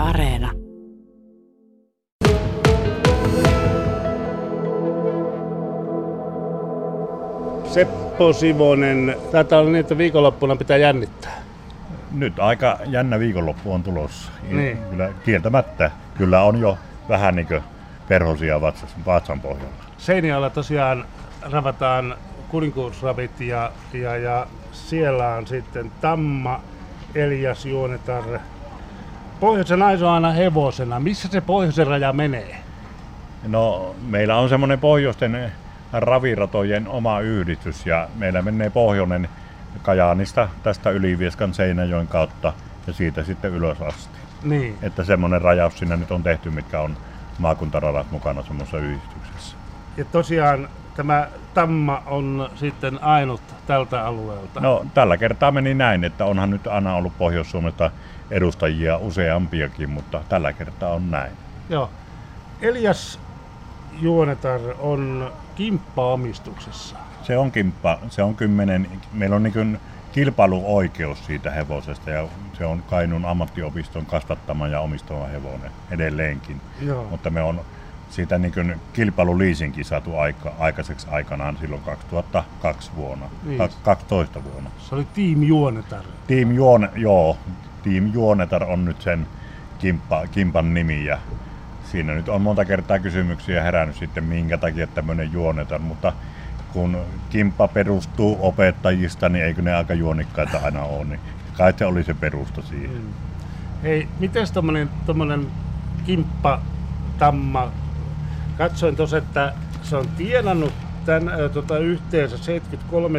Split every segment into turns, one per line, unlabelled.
Areena.
Seppo Sivonen, taitaa olla niin, että viikonloppuna pitää jännittää.
Nyt aika jännä viikonloppu on tulossa.
Niin.
Kyllä kieltämättä. Kyllä on jo vähän niin kuin perhosia vatsan pohjalla.
Seinäjoella tosiaan ravataan kuninkuusravit ja siellä on sitten Tamma, Elias, Juonetar. Pohjoisen aiso on aina hevosena. Missä se pohjoisen raja menee?
No, meillä on semmoinen pohjoisten raviratojen oma yhdistys ja meillä menee pohjoinen Kajaanista tästä Ylivieskan Seinäjoen kautta ja siitä sitten ylös asti.
Niin.
Että semmoinen rajaus siinä nyt on tehty, mitkä on maakuntaradat mukana semmoisessa yhdistyksessä.
Ja tosiaan tämä Tamma on sitten ainut tältä alueelta.
No, tällä kertaa meni näin, että onhan nyt aina ollut Pohjois-Suomesta edustajia useampiakin, mutta tällä kertaa on näin.
Joo. Elias Juonetar on kimppaomistuksessa.
Se on kimppa, se on 10, meillä on niin kilpailuoikeus siitä hevosesta ja se on Kainuun ammattiopiston kasvattama ja omistama hevonen edelleenkin.
Joo.
Mutta me on siitä niin kilpailuliisinkin saatu aikaiseksi aikanaan silloin 2002 vuonna,
Niin.
12 vuonna.
Se oli Team Juonetar.
Team Juonetar on nyt sen kimpan nimi ja siinä nyt on monta kertaa kysymyksiä herännyt sitten minkä takia tämmöinen Juonetar, mutta kun kimppa perustuu opettajista, niin eikö ne aika juonikkaita aina ole, niin kai se oli se perusta siihen.
Hei, miten tommonen kimppa Tamma, katsoin tuossa, että se on tienannut yhteensä 73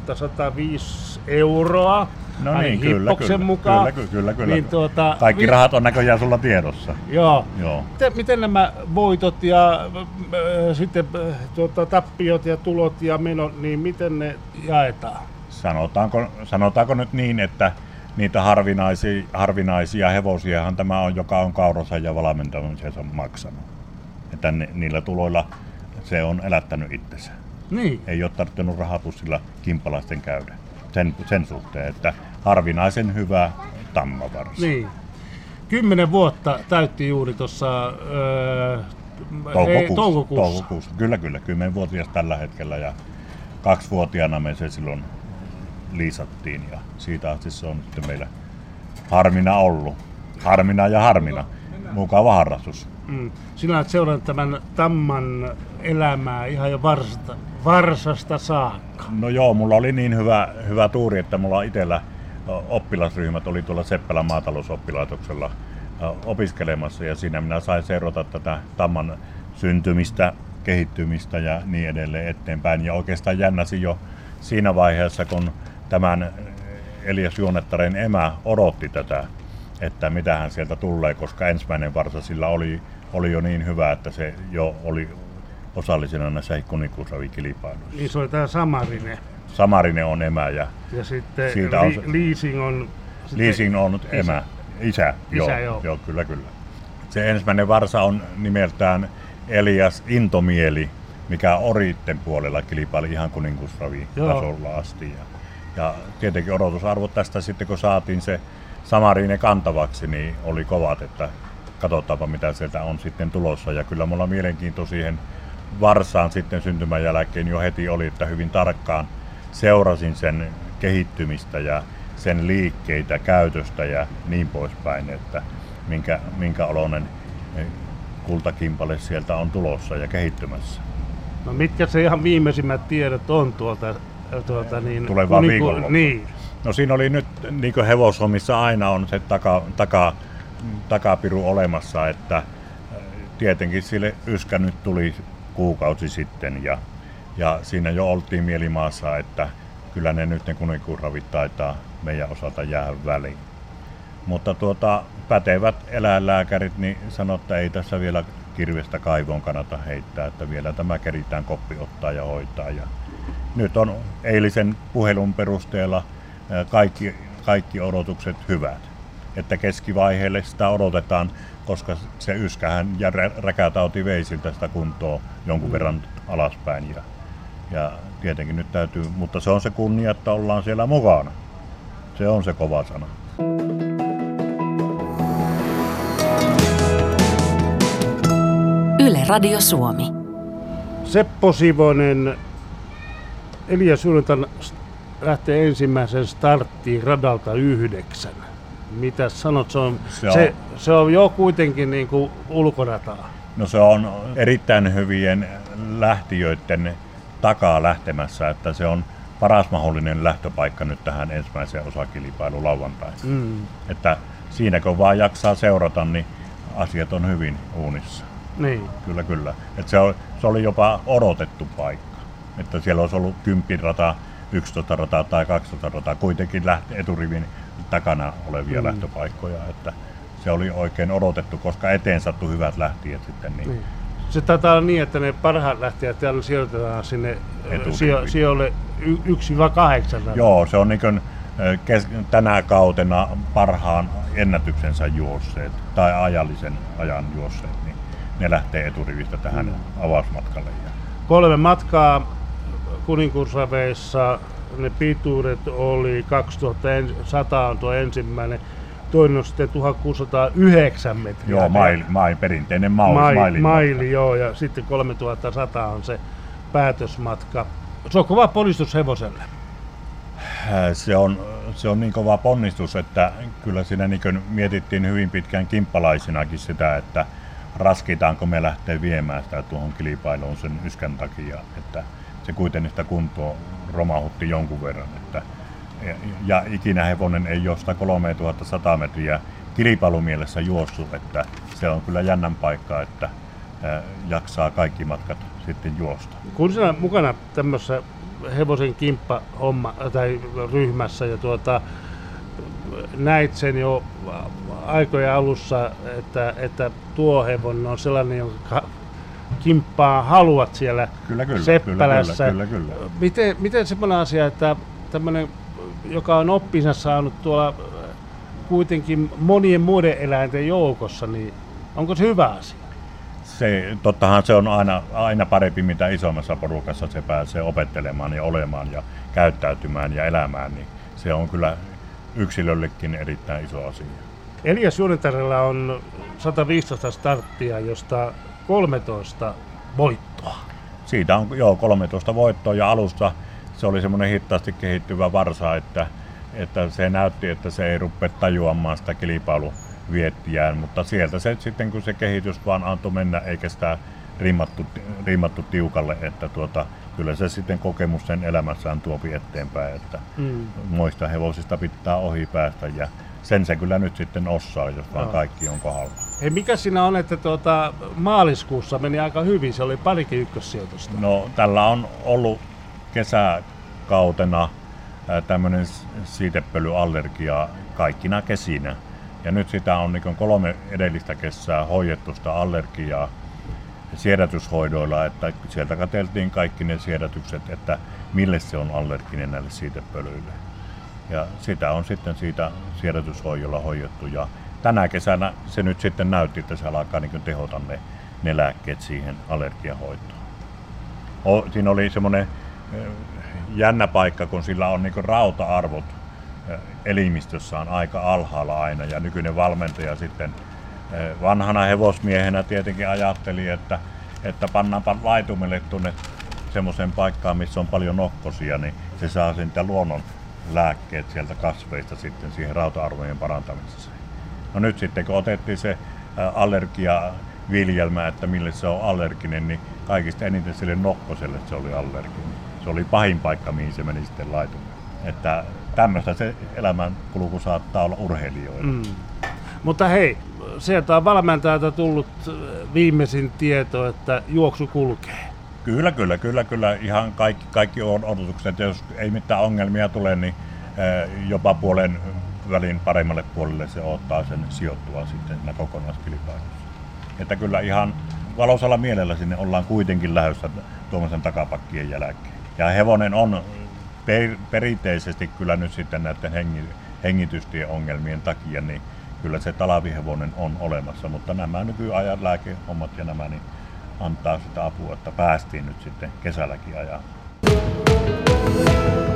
105 euroa.
No niin,
Hippoksen mukaan.
Kyllä.
Niin
Kaikki rahat on näköjään sulla tiedossa.
Joo.
Joo.
Miten nämä voitot ja sitten tappiot ja tulot ja menot, niin miten ne jaetaan?
Sanotaanko nyt niin, että niitä harvinaisia hevosiahan tämä on, joka on kauransa ja valmentamisensa maksanut. Että niillä tuloilla se on elättänyt itsensä.
Niin.
Ei ole tarvinnut rahapussilla kimppalaisten käydä sen suhteen, että harvinaisen hyvä tammavarsa.
Niin. 10 vuotta täytti juuri tuossa toukokuussa.
Kyllä, 10-vuotias tällä hetkellä ja 2-vuotiaana me se silloin liisattiin ja siitä asti se on sitten meillä harmina ollut. Harmina. Mukava harrastus.
Sinä olet seurannut tämän Tamman elämää ihan jo varsasta saakka.
No joo, mulla oli niin hyvä tuuri, että mulla itsellä oppilasryhmät oli tuolla Seppälän maatalousoppilaitoksella opiskelemassa ja siinä minä sain seurata tätä Tamman syntymistä, kehittymistä ja niin edelleen eteenpäin. Ja oikeastaan jännäsin jo siinä vaiheessa, kun tämän Elias Juonettaren emä odotti tätä, että mitähän sieltä tulee, koska ensimmäinen varsa sillä oli jo niin hyvä, että se jo oli osallisena näissä kuninkuusravikilpailuissa.
Niin se oli tämä Samarinen.
Samarinen on emä ja
sitten
siitä on
Leasing on
emä. Isä, joo, kyllä. Se ensimmäinen varsa on nimeltään Elias Intomieli, mikä Oritten puolella kilpaili ihan kuninkuusravitasolla asti. Ja tietenkin odotusarvot tästä sitten, kun saatiin se Samarinen kantavaksi, niin oli kovat, että katsotaanpa mitä sieltä on sitten tulossa. Ja kyllä mulla mielenkiinto siihen varsaan sitten syntymän jälkeen jo heti oli, että hyvin tarkkaan seurasin sen kehittymistä ja sen liikkeitä, käytöstä ja niin poispäin, että minkä oloinen kultakimpale sieltä on tulossa ja kehittymässä.
No mitkä se ihan viimeisimmät tiedot on tuolta
tulevaa viikonloppu?
Niin.
No siinä oli nyt, niin kuin hevoshommissa aina on se takapiru olemassa, että tietenkin sille yskä nyt tuli kuukausi sitten ja siinä jo oltiin mielimaassa, että kyllä ne nyt ne kuninkuusravit taitaa meidän osalta jäädä väliin. Mutta pätevät eläinlääkärit niin sanoi, että ei tässä vielä kirvestä kaivoon kannata heittää, että vielä tämä keritään koppi ottaa ja hoitaa. Ja nyt on eilisen puhelun perusteella kaikki odotukset hyvät. Että keskivaiheelle sitä odotetaan, koska se yskähän ja räkätauti vei siltä sitä kuntoa jonkun verran alaspäin. Ja tietenkin nyt täytyy, mutta se on se kunnia, että ollaan siellä mukana. Se on se kova sana.
Radio Suomi.
Seppo Sivonen, Elias Juonentar lähtee ensimmäisen starttiin radalta 9. Mitä sanot, se on jo kuitenkin niin kuin ulkorataa.
No se on erittäin hyvien lähtiöiden takaa lähtemässä, että se on paras mahdollinen lähtöpaikka nyt tähän ensimmäiseen osakilpailuun lauantaina. Että siinä kun vaan jaksaa seurata, niin asiat on hyvin uunissa.
Niin.
Kyllä. Että se oli jopa odotettu paikka. Että siellä olisi ollut 10 rataa, 11 rataa tai 12 rataa, kuitenkin eturivin takana olevia lähtöpaikkoja. Että se oli oikein odotettu, koska eteen sattui hyvät lähtijät sitten. Niin.
Se taitaa olla niin, että ne parhaat lähtijät täällä sijoitetaan sinne sijoille 1-8.
Joo, se on niin kuin tänä kautena parhaan ennätyksensä juosseet tai ajallisen ajan juosseet, niin ne lähtee eturivistä tähän avausmatkalle.
3 matkaa kuninkuusraveissa, ne pituudet oli 2100 on tuo ensimmäinen, toinen on sitten 1609 metriä.
Joo, perinteinen
maili, joo, ja sitten 3100 on se päätösmatka. Se on kova ponnistus hevoselle.
Se on niin kova ponnistus, että kyllä siinä niin mietittiin hyvin pitkään kimppalaisinakin sitä, että raskitaanko me lähteä viemään sitä tuohon kilpailuun sen yskän takia, että se kuitenkin sitä kuntoa romahutti jonkun verran. Ja ikinä hevonen ei ole sitä 3100 metriä kilpailumielessä juossut, että se on kyllä jännän paikka, että jaksaa kaikki matkat sitten juosta.
Kun sinä mukana tämmöisessä hevosen kimppa-homma tai ryhmässä ja näit sen jo aikojen alussa, että tuo hevonen on sellainen, jonka kimppaa haluat siellä Seppälässä.
Kyllä.
Miten semmoinen asia, että tämmöinen, joka on oppinsa saanut tuolla kuitenkin monien muiden eläinten joukossa, niin onko se hyvä asia?
Tottahan se on aina parempi, mitä isommassa porukassa se pääsee opettelemaan ja olemaan ja käyttäytymään ja elämään, niin se on kyllä yksilöllekin erittäin iso asia.
Elias Juonentarilla on 115 starttia, josta 13 voittoa.
Siitä on 13 voittoa ja alussa se oli semmoinen hitaasti kehittyvä varsa, että se näytti, että se ei rupea tajuamaan sitä kilpailuviettiään, mutta sieltä se sitten, kun se kehitys vaan antoi mennä eikä sitä rimmattu tiukalle, että kyllä se sitten kokemus sen elämässään tuopi eteenpäin, että muista hevosista pitää ohi päästä ja sen se kyllä nyt sitten osaa, jos vaan kaikki on kohdalla.
Hei, mikä siinä on, että maaliskuussa meni aika hyvin, se oli parikin ykkössijoitusta?
No tällä on ollut kesäkautena tämmöinen siitepölyallergia kaikkina kesinä. Ja nyt sitä on niin 3 edellistä kesää hoidettu sitä allergiaa siedätyshoidoilla, että sieltä katseltiin kaikki ne siedätykset, että mille se on allerginen näille siitepölyille. Ja sitä on sitten siitä siedätyshoidolla hoidettu. Ja tänä kesänä se nyt sitten näytti, että se alkaa niin tehota ne lääkkeet siihen allergiahoitoon. Siinä oli semmoinen jännä paikka, kun sillä on niin rauta-arvot elimistössään aika alhaalla aina. Ja nykyinen valmentaja sitten vanhana hevosmiehenä tietenkin ajatteli, että pannaanpa laitumelle tuonne semmoiseen paikkaan, missä on paljon nokkosia, niin se saa sitten luonnon lääkkeet sieltä kasveista sitten siihen rauta-arvojen parantamiseen. No nyt sitten kun otettiin se allergiaviljelmä, että mille se on allerginen, niin kaikista eniten sille nokkoselle se oli allerginen. Se oli pahin paikka, mihin se meni sitten laitumelle. Että tämmöistä se elämänkulku saattaa olla urheilijoilla.
Mutta hei, sieltä on valmentajalta tullut viimeisin tieto, että juoksu kulkee.
Kyllä. Ihan kaikki on odotukset. Jos ei mitään ongelmia tule, niin jopa puolen välin paremmalle puolelle se ottaa sen sijoittua sitten siinä kokonaiskilpailussa. Että kyllä ihan valoisalla mielellä sinne ollaan kuitenkin lähdössä tuommoisen takapakkien jälkeen. Ja hevonen on perinteisesti kyllä nyt sitten näiden hengitystieongelmien takia, niin kyllä se talvihevonen on olemassa, mutta nämä nykyajan lääkehommat ja nämä niin antaa sitä apua, että päästiin nyt sitten kesälläkin ajaa.